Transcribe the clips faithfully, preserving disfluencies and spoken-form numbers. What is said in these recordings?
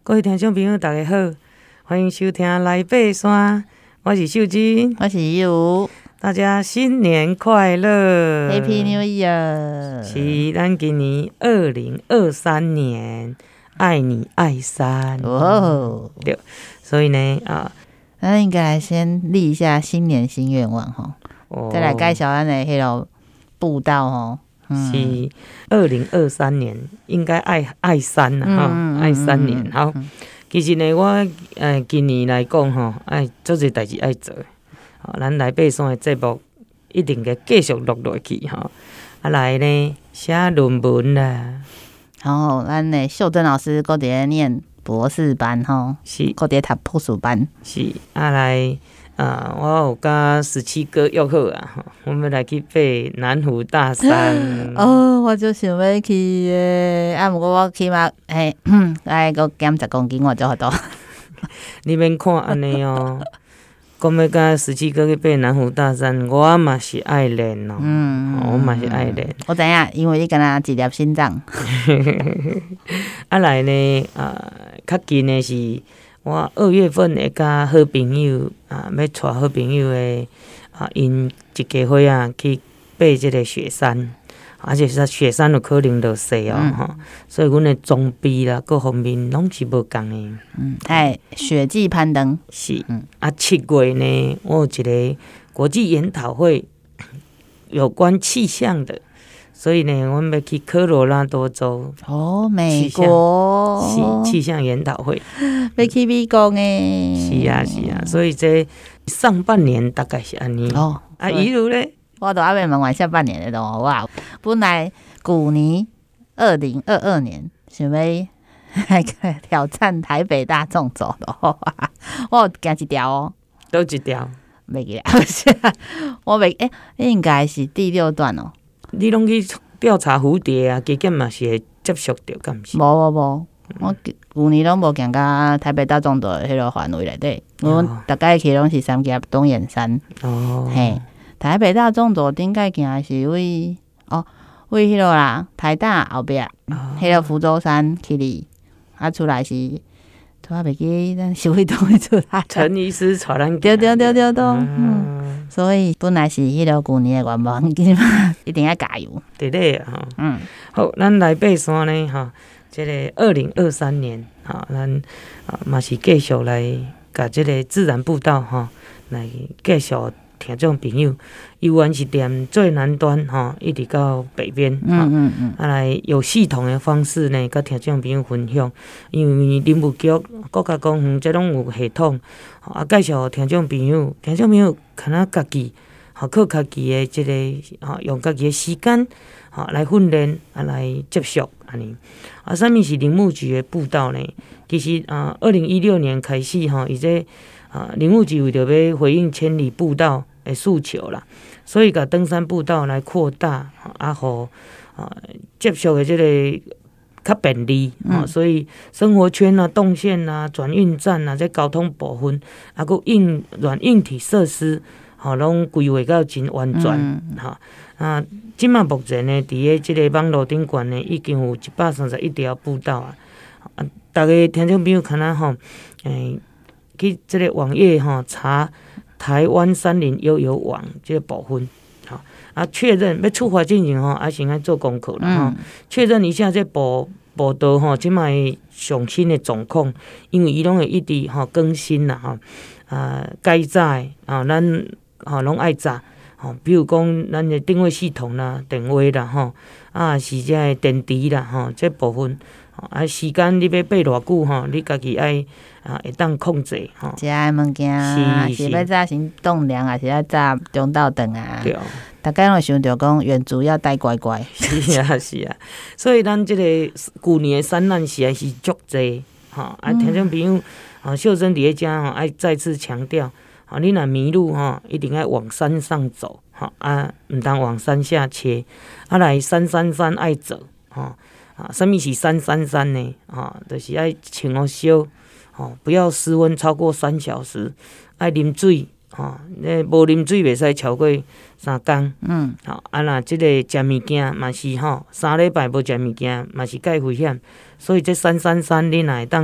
各位听众朋友，大家好，欢迎收听《来爬山》，我是秀金， 我是有， 大家新年快乐 ，Happy New Year！ 是咱今年二零二三年，爱你爱山哦， 对，所以呢啊， 咱应该来先立一下新年新愿望吼，哦、再来介绍咱的迄个步道吼。 嗯、是二零二三年应该爱爱山啦哈、嗯，爱山年好。嗯、其实呢，我呃今年来讲吼，爱做侪代志爱做，好，咱来爬山的节目一定个继续录落去吼。啊来呢写论文啦， 然后咱的秀珍老师搁伫念博士班吼，是搁伫读博士班， 是啊来。啊，我有甲十七哥约好啊，我们来去爬南湖大山。 哦，我就想要去诶，啊，不过我起码嘿，来个减十公斤，我就好多。 你免看安尼哦，讲要甲十七哥去爬南湖大山，我嘛是爱练哦，嗯，我嘛是爱练。 我知影，因为你敢若一粒心脏。 啊来呢，啊，较近的是。我二月份会甲好朋友啊，要带好朋友的啊，因一家伙啊去爬即个雪山，而且是雪山有可能落雪哦，吼、嗯，所以阮的装备啦，各方面拢是无共的。 嗯，哎，雪季攀登是，嗯、啊，七月呢，我有一个国际研讨会，有关气象的。所以呢，我们要去科罗拉多州哦，美国气气象研讨会， 要去美国诶。 是啊，是啊，所以这上半年大概是安尼。哦，啊，一路咧， 我都还没问完下半年的咯。哇，本来去年二零二二年想要那个挑战台北大纵走的，我有行一条哦， 都一条， 袂记啦，我袂诶、欸，应该是第六段哦。 你拢去调查蝴蝶啊，加减嘛是会接触到，敢毋是？ 无无无，我去年拢无行到台北大纵走的迄个范围内底，我大概去拢是三峡东眼山。哦，嘿，台北大纵走顶界行是为哦为迄个啦，台大后壁，迄、哦、个福州山去哩，啊出来是。拄仔袂记咱是为倒位出来？ 陈医师带咱对对对对对，嗯，所以本来是迄个旧年的愿望，今嘛一定要加油。 对咧啊，嗯，好，咱来爬山呢，哈，这个二零二三年，哈，咱啊嘛是继续来甲这个自然步道哈，来继续听众朋友，游玩是踮最南端哈，一直到北边，嗯嗯嗯，啊来有系统的方式呢，甲听众朋友分享。因为林务局、国家公园这拢有系统，啊介绍听众朋友，听众朋友看啊家己，吼靠家己的即、这个，吼用家己的时间，吼来训练，啊来接触安尼。啊，啥物是林务局的步道呢？其实啊，二零一六年开始吼，伊这啊林务局为着要回应千里步道的诉求啦，所以甲登山步道来扩大，啊，互啊接触的即、这个较便利，嗯、所以生活圈啊、动线啊、转运站啊，这交通部分，啊，佮硬软硬体设施，吼，拢规划到真完全，哈、嗯、啊，即马目前呢，伫个即个网络顶悬呢，已经有一百三十一条步道啊，啊，大家听众朋友可能吼，诶、欸，去即个网页吼查台湾山林悠游网即个部分，好。啊，确认要出发进前吼，啊先爱做功课啦吼，确、嗯、认一下这步步道吼，即卖上新的状况，因为伊拢会一直吼更新啦吼，啊该载啊，咱吼拢爱载吼，比如讲咱的定位系统啦、电话啦吼，啊是这个电池啦吼，这部分啊时间你要爬偌久吼，你家己爱啊会当控制吼。 食的物件是要早先冻凉，还是要早中昼顿啊？对。大家拢想着讲，原主要带乖乖。 是啊，是啊，所以咱即个旧年的山难实在是足济，吼啊，听众朋友，啊，秀珍伫咧遮吼，爱再次强调，啊，你若迷路吼，一定要往山上走，吼啊，毋通往山下切，啊，来山山山爱走，吼啊，什么是山山山呢？啊，就是爱穿好烧，吼，不要室温超过三小时，爱啉水。吼，你无啉水袂使超过三工。嗯，吼，啊，若即个食物件嘛是吼，三礼拜无食物件嘛是介危险。所以这三三三，你若会当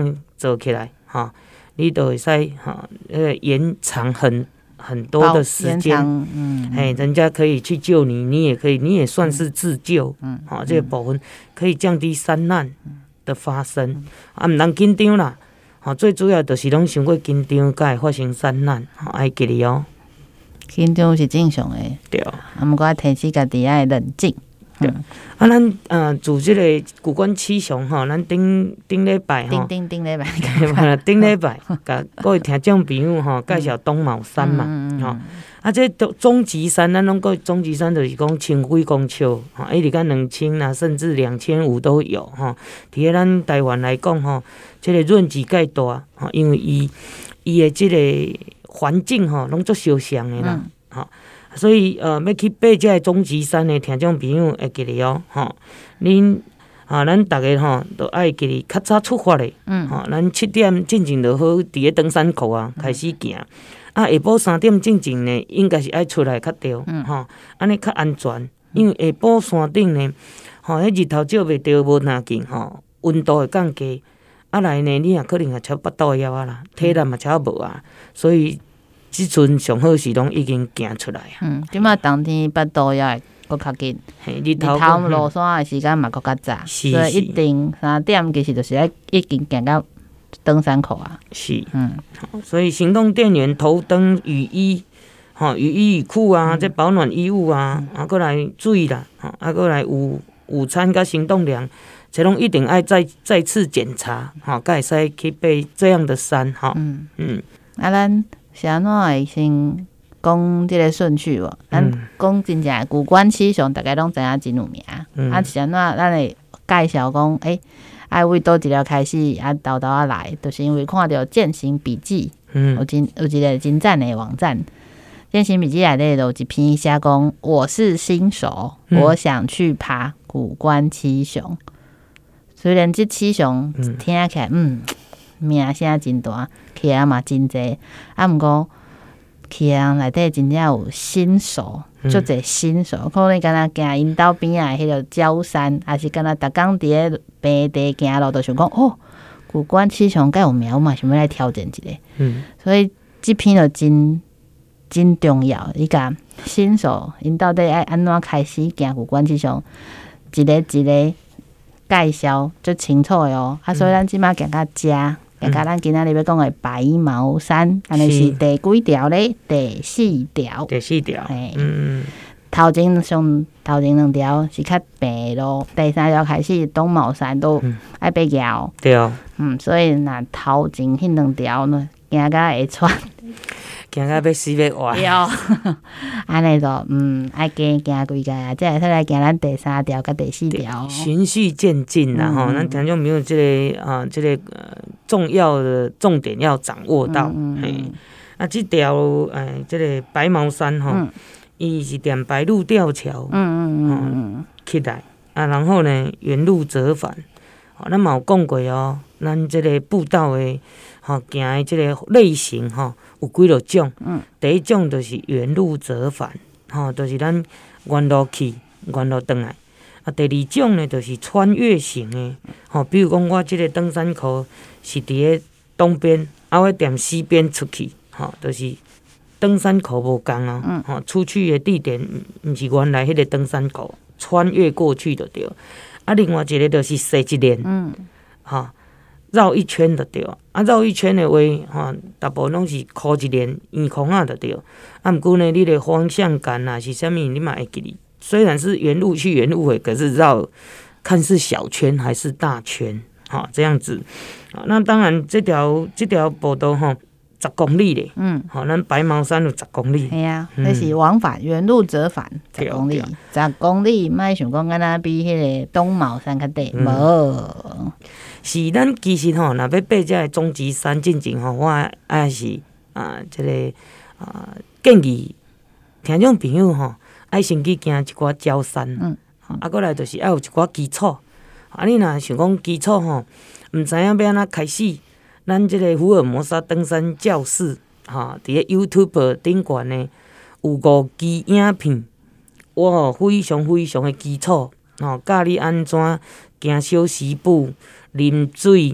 做起来哈、哦，你就会使哈，呃，延长很很多的时间，嗯，哎，人家可以去救你，你也可以，你也算是自救，嗯，好、哦，这个部分可以降低山难的发生，嗯、啊，唔通紧张啦，好、哦，最主要就是拢想过紧张，才会发生山难，好、哦，爱记哩哦。 紧张是正常的， 对， 啊，毋过提醒家己爱冷静。 对，嗯、啊，咱呃，做即个古关七雄吼，咱顶顶礼拜吼， 顶顶顶礼拜， 顶礼拜，甲各位听众朋友吼，介绍东卯山嘛，吼、嗯嗯，啊，这终极山，咱拢个终极山就是讲千几公尺，吼，一直到两千啊，甚至两千五都有，吼。伫个咱台湾来讲，吼，这个润之介大，吼，因为伊伊的这个环境吼，拢足相像的啦，吼、嗯。所以呃，要去爬这个终极山的听众朋友会记得哦，吼，恁啊，咱大家吼都爱记得较早出发的，嗯，吼，咱七点进前就好，伫个登山口啊开始行，嗯、啊，下晡三点进前呢，应该是爱出来较对，嗯，吼，安尼较安全，因为下晡山顶呢，吼，迄日头照袂着无要紧，吼，温度会降低，啊来呢，你也可能也超腹肚枵啊啦，体力嘛超无啊，所以。即阵上好是拢已经行出来啊！ 嗯，即马冬天腹肚枵会搁较紧，日头落山的时间嘛搁较早，所以一定三点其实就是要已经行到登山口啊。是，嗯， 所以行动电源、头灯、雨衣、吼雨衣雨裤啊，这、嗯、保暖衣物啊，啊，过来水啦，啊，过来午午餐甲行动粮，这拢一定爱再再次检查，吼，才会使去爬这样的山，吼，嗯嗯， 啊，咱。是安怎会先讲即个顺序无？咱讲真正古关七雄，大家拢知影真有名。嗯、啊，是安怎咱会介绍讲，诶、欸，爱为倒一条开始，啊，豆豆啊来，就是因为看到践行笔记，嗯，有真有一个真赞的网站。践行笔记内底有一篇写讲，我是新手，嗯、我想去爬古关七雄。虽然这七雄听起来，嗯。名声真大，去啊嘛真济，啊毋过去啊内底真正有新手，足侪新手，可能敢若行因兜边啊迄个焦山，还是敢若逐工伫个平地行路，就想讲哦，古关七雄敢有名，我嘛想要来挑战一下。嗯，所以即篇就真真重要，伊甲新手因到底爱安怎开始行古关七雄，一个一个介绍足清楚的哦。啊，所以咱即马行到遮。甲咱今仔日要讲的白毛山，安尼是第几条咧？第四条。 第四条。嗯， 头前上头前两条是较平路，第三条开始东卯山都爱爬桥。 对哦。 嗯，所以若头前迄两条呢，行甲会喘， 行甲要死要活。 对哦。安尼就嗯爱加行几个啊，再来再来行咱第三条甲第四条。 循序渐进啦，吼、嗯，咱听众没有这个啊，这个呃重要的重点要掌握到。嗯嗯。啊，这条诶，这个白毛山吼，伊、嗯、是踮白鹭吊桥，嗯嗯嗯嗯，起来啊，然后呢，原路折返。哦，咱嘛有讲过哦，咱这个步道的吼行的这个类型吼有几落种。嗯。第一种就是原路折返，吼，就是咱原路去，原路转来。啊，第二种呢，就是穿越型的，吼，比如讲我这个登山口是伫个东边，啊，我踮西边出去，吼，就是登山口无共啊，吼、嗯，出去的地点毋是原来迄个登山口，穿越过去就对。啊，另外一个就是踅一链，嗯，吼，绕一圈就对。啊，绕一圈的话，吼，大部分拢是箍一链圆框啊就对。啊，毋过呢，你的方向感啊是啥物，你嘛会记哩。虽然是原路去原路回，可是绕看是小圈还是大圈，哈，这样子。那当然，这条这条步道哈，十公里嘞，嗯，好，咱白毛山有十公里， 系啊，那、嗯、是往返原路折返十公里，十公里，莫想讲敢若比迄个东卯山较短，无、嗯。 是咱其实吼，若要爬这个终极山进前吼，我也是啊，这个啊建议听众朋友吼。爱先去行一寡焦山，嗯，啊，过来就是爱有一寡基础。啊，你若想讲基础吼，毋知影要安怎开始，咱即个福尔摩沙登山教室，哈，伫个 YouTube 顶悬呢有五支影片，哇，非常非常的基础，吼，教你安怎行小石步、啉水、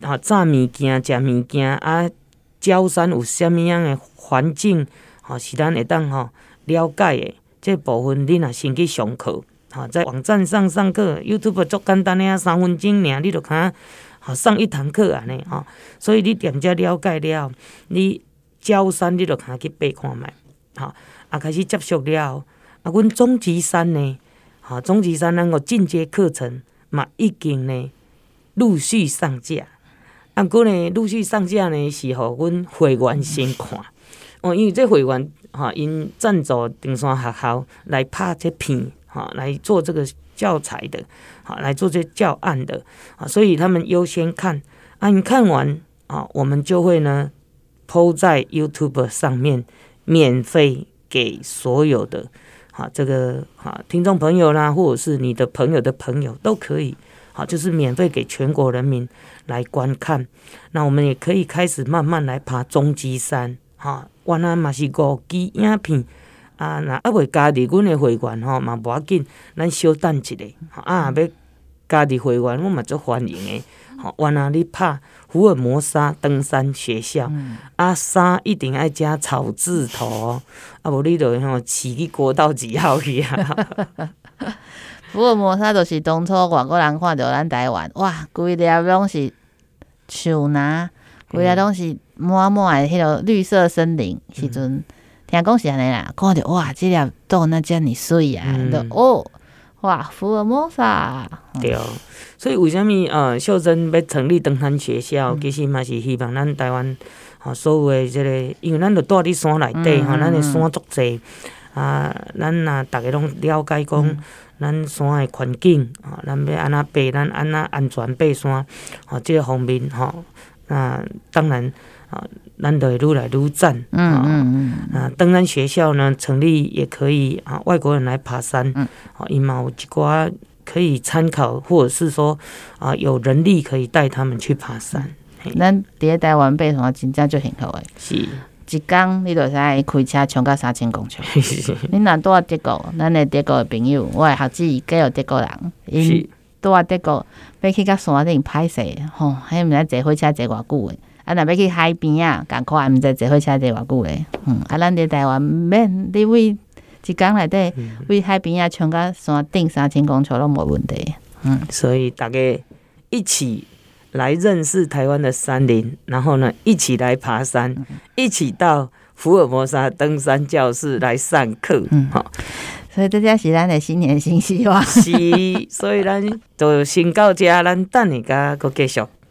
哈炸物件、食物件啊，鸟山有啥物样的环境，哈是咱会当吼了解的。这部分你若先去上课，哈在网站上上课 ，YouTube 足简单的啊，三分钟尔，你就看好上一堂课安尼哈。所以你点遮了解了，你鸟山你就看去爬看觅，哈啊开始接触了，啊阮总集山呢，哈总集山咱个进阶课程嘛已经呢陆续上架，啊过呢陆续上架呢是互阮会员先看。哦，因为这会员哈，因赞助登山学校来拍这片哈，来做这个教材的，好来做这教案的啊，所以他们优先看啊，你看完啊，我们就会呢 po 在 YouTube 上面，免费给所有的啊这个啊听众朋友啦，或者是你的朋友的朋友都可以，好，就是免费给全国人民来观看。那我们也可以开始慢慢来爬中基山。哈，原来嘛是五支影片啊，若还未加入阮的会员吼，嘛无要紧，咱稍等一下。啊，要加入会员，我嘛足欢迎的。吼，原来你拍福尔摩沙登山学校，嗯、啊，衫一定爱加草字头哦，啊，无你就吼骑去国道几号去啊？ 福尔摩沙就是当初外国人看到咱台湾，哇，规粒拢是树林，规粒拢是。满满的迄个绿色森林时阵，嗯、听讲是安尼啦，看着哇，这粒岛那遮尔水啊，嗯、就哦，哇，福尔摩沙。 对，所以为什么呃，秀珍要成立登山学校，嗯、其实嘛是希望咱台湾啊，所有的这个，因为咱就住伫山内底吼，咱的山足济啊，咱若大家拢了解讲，嗯、咱山的环境啊，咱要安怎爬，咱安怎安全爬山，啊，这个方面吼，那当然。啊，咱就会愈来愈赞。嗯嗯嗯。啊，登山学校呢成立也可以啊，外国人来爬山。嗯。啊，因嘛有一寡可以参考，或者是说啊，有人力可以带他们去爬山。 咱伫咧台湾爬山真正就很好诶。 是。 一工你就使开车冲到三千公尺。你若住德国，咱的德国的朋友，我的学姊皆有德国人，因住德国要去到山顶歹势，吼，迄毋知坐火车坐偌久诶。啊，若要去海边啊，共款毋知坐火车坐偌久咧。嗯，啊，咱伫台湾免你为一工内底为海边啊冲到山顶三千公尺拢无问题。嗯， 所以大家一起来认识台湾的山林，然后呢，一起来爬山，嗯、一起到福尔摩沙登山教室来上课。嗯，好， 所以这才是咱的新年新希望。 是，所以咱就先到这，咱等下个继续。